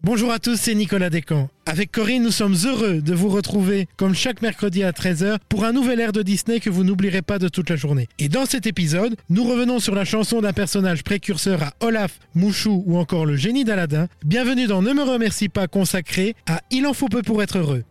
Bonjour à tous, c'est Nicolas Descamps. Avec Corinne, nous sommes heureux de vous retrouver, comme chaque mercredi à 13h, pour un nouvel air de Disney que vous n'oublierez pas de toute la journée. Et dans cet épisode, nous revenons sur la chanson d'un personnage précurseur à Olaf, Mouchou ou encore le génie d'Aladin. Bienvenue dans Ne me remercie pas, consacré à Il en faut peu pour être heureux.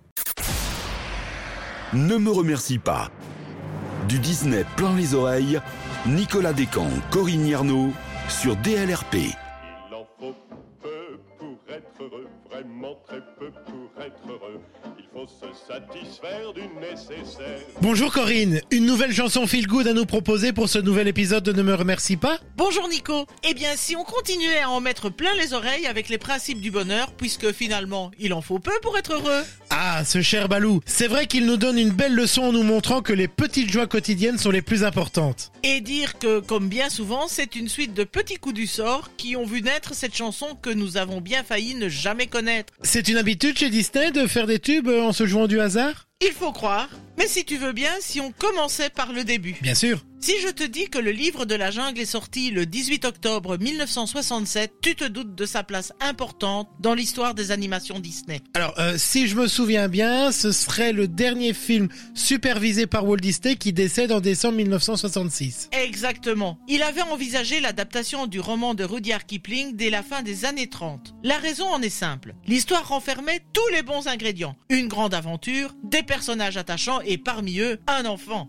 Ne me remercie pas. Du Disney plein les oreilles, Nicolas Descamps, Corinne Yarnaud sur DLRP. Il en faut peu pour être heureux, vraiment très peu pour être heureux. Il faut se satisfaire du nécessaire. Bonjour Corinne, une nouvelle chanson feel good à nous proposer pour ce nouvel épisode de Ne me remercie pas. Bonjour Nico. Eh bien, si on continuait à en mettre plein les oreilles avec les principes du bonheur, puisque finalement, il en faut peu pour être heureux. Ah, ce cher Balou, c'est vrai qu'il nous donne une belle leçon en nous montrant que les petites joies quotidiennes sont les plus importantes. Et dire que, comme bien souvent, c'est une suite de petits coups du sort qui ont vu naître cette chanson que nous avons bien failli ne jamais connaître. C'est une habitude chez Disney de faire des tubes en se jouant du hasard ? Il faut croire. Mais si tu veux bien, si on commençait par le début. Bien sûr. Si je te dis que le livre de la jungle est sorti le 18 octobre 1967, tu te doutes de sa place importante dans l'histoire des animations Disney. Alors, si je me souviens bien, ce serait le dernier film supervisé par Walt Disney qui décède en décembre 1966. Exactement. Il avait envisagé l'adaptation du roman de Rudyard Kipling dès la fin des années 30. La raison en est simple. L'histoire renfermait tous les bons ingrédients. Une grande aventure, des personnages attachants et parmi eux, un enfant.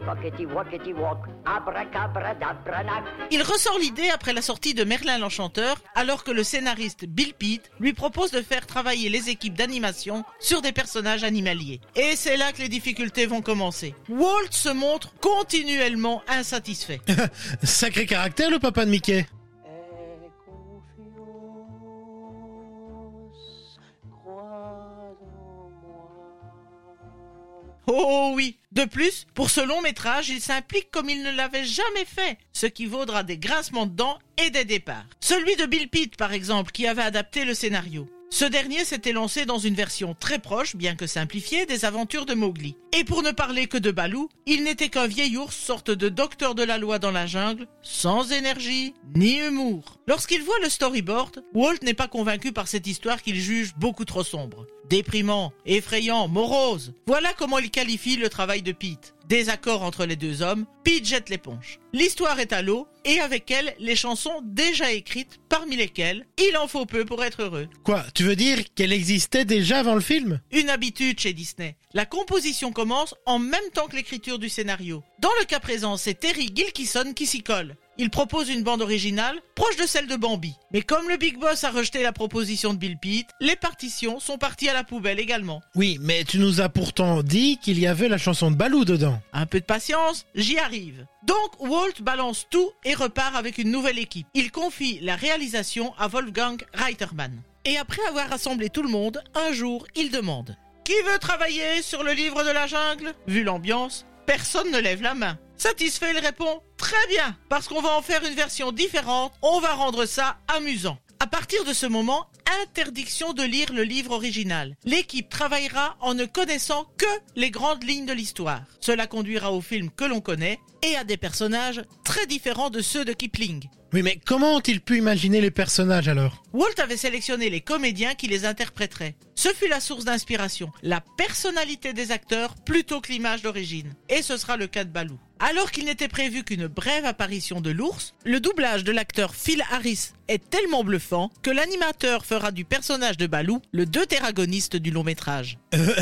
Il ressort l'idée après la sortie de Merlin l'Enchanteur, alors que le scénariste Bill Pitt lui propose de faire travailler les équipes d'animation sur des personnages animaliers. Et c'est là que les difficultés vont commencer. Walt se montre continuellement insatisfait. Sacré caractère, le papa de Mickey. Oh oui. De plus, pour ce long métrage, il s'implique comme il ne l'avait jamais fait, ce qui vaudra des grincements de dents et des départs. Celui de Bill Pitt, par exemple, qui avait adapté le scénario. Ce dernier s'était lancé dans une version très proche, bien que simplifiée, des aventures de Mowgli. Et pour ne parler que de Balou, il n'était qu'un vieil ours, sorte de docteur de la loi dans la jungle, sans énergie ni humour. Lorsqu'il voit le storyboard, Walt n'est pas convaincu par cette histoire qu'il juge beaucoup trop sombre. Déprimant, effrayant, morose. Voilà comment il qualifie le travail de Pitt. Désaccord entre les deux hommes, Pitt jette l'éponge. L'histoire est à l'eau, et avec elle, les chansons déjà écrites, parmi lesquelles « Il en faut peu pour être heureux ». Quoi, tu veux dire qu'elle existait déjà avant le film ? Une habitude chez Disney. La composition commence en même temps que l'écriture du scénario. Dans le cas présent, c'est Terry Gilkyson qui s'y colle. Il propose une bande originale proche de celle de Bambi. Mais comme le Big Boss a rejeté la proposition de Bill Pitt, les partitions sont parties à la poubelle également. Oui, mais tu nous as pourtant dit qu'il y avait la chanson de Balou dedans. Un peu de patience, j'y arrive. Donc Walt balance tout et repart avec une nouvelle équipe. Il confie la réalisation à Wolfgang Reitermann. Et après avoir rassemblé tout le monde, un jour, il demande « Qui veut travailler sur le livre de la jungle ?» Vu l'ambiance, personne ne lève la main. Satisfait, il répond « Très bien, parce qu'on va en faire une version différente, on va rendre ça amusant. » À partir de ce moment, interdiction de lire le livre original. L'équipe travaillera en ne connaissant que les grandes lignes de l'histoire. Cela conduira au film que l'on connaît et à des personnages très différents de ceux de Kipling. Oui, mais comment ont-ils pu imaginer les personnages alors ? Walt avait sélectionné les comédiens qui les interpréteraient. Ce fut la source d'inspiration, la personnalité des acteurs plutôt que l'image d'origine. Et ce sera le cas de Balou. Alors qu'il n'était prévu qu'une brève apparition de l'ours, le doublage de l'acteur Phil Harris est tellement bluffant que l'animateur fera du personnage de Balou le deutéragoniste du long métrage.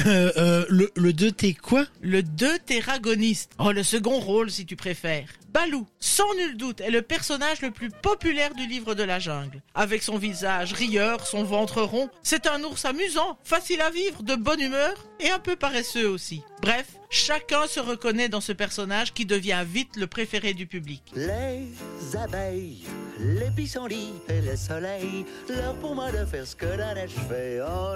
Le deuté quoi ? Le deutéragoniste. Oh, le second rôle si tu préfères. Balou, sans nul doute, est le personnage le plus populaire du livre de la jungle. Avec son visage rieur, son ventre rond, c'est un ours amusant, facile à vivre, de bonne humeur et un peu paresseux aussi. Bref, chacun se reconnaît dans ce personnage qui devient vite le préféré du public. Les abeilles, les pissenlits et le soleil, l'heure pour moi de faire ce que la neige fait en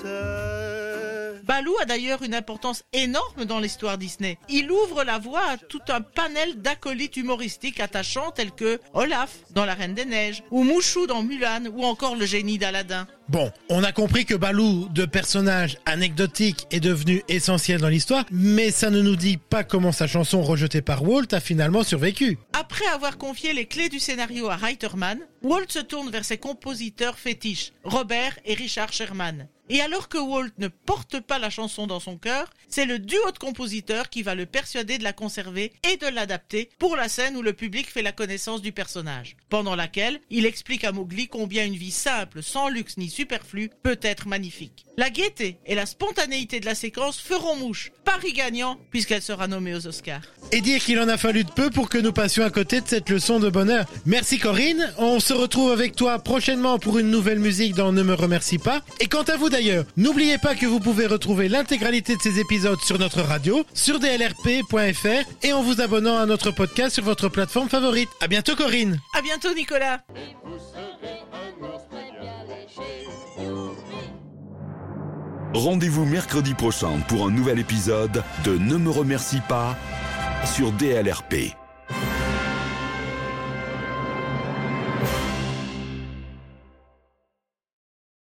été. Balou a d'ailleurs une importance énorme dans l'histoire Disney. Il ouvre la voie à tout un panel d'acolytes humoristiques attachants tels que Olaf dans La Reine des Neiges, ou Mouchou dans Mulan, ou encore le génie d'Aladin. Bon, on a compris que Balou, de personnage anecdotique, est devenu essentiel dans l'histoire, mais ça ne nous dit pas comment sa chanson rejetée par Walt a finalement survécu. Après avoir confié les clés du scénario à Reitermann, Walt se tourne vers ses compositeurs fétiches, Robert et Richard Sherman. Et alors que Walt ne porte pas la chanson dans son cœur, c'est le duo de compositeurs qui va le persuader de la conserver et de l'adapter pour la scène où le public fait la connaissance du personnage, pendant laquelle il explique à Mowgli combien une vie simple, sans luxe ni superflu, peut être magnifique. La gaieté et la spontanéité de la séquence feront mouche, Paris gagnant, puisqu'elle sera nommée aux Oscars. Et dire qu'il en a fallu de peu pour que nous passions à côté de cette leçon de bonheur. Merci Corinne, on se retrouve avec toi prochainement pour une nouvelle musique dans Ne me remercie pas. Et quant à vous d'ailleurs, n'oubliez pas que vous pouvez retrouver l'intégralité de ces épisodes sur notre radio, sur dlrp.fr et en vous abonnant à notre podcast sur votre plateforme favorite. À bientôt Corinne. À bientôt Nicolas. Et vous serez un ours bien léger. Rendez-vous mercredi prochain pour un nouvel épisode de Ne me remercie pas sur DLRP.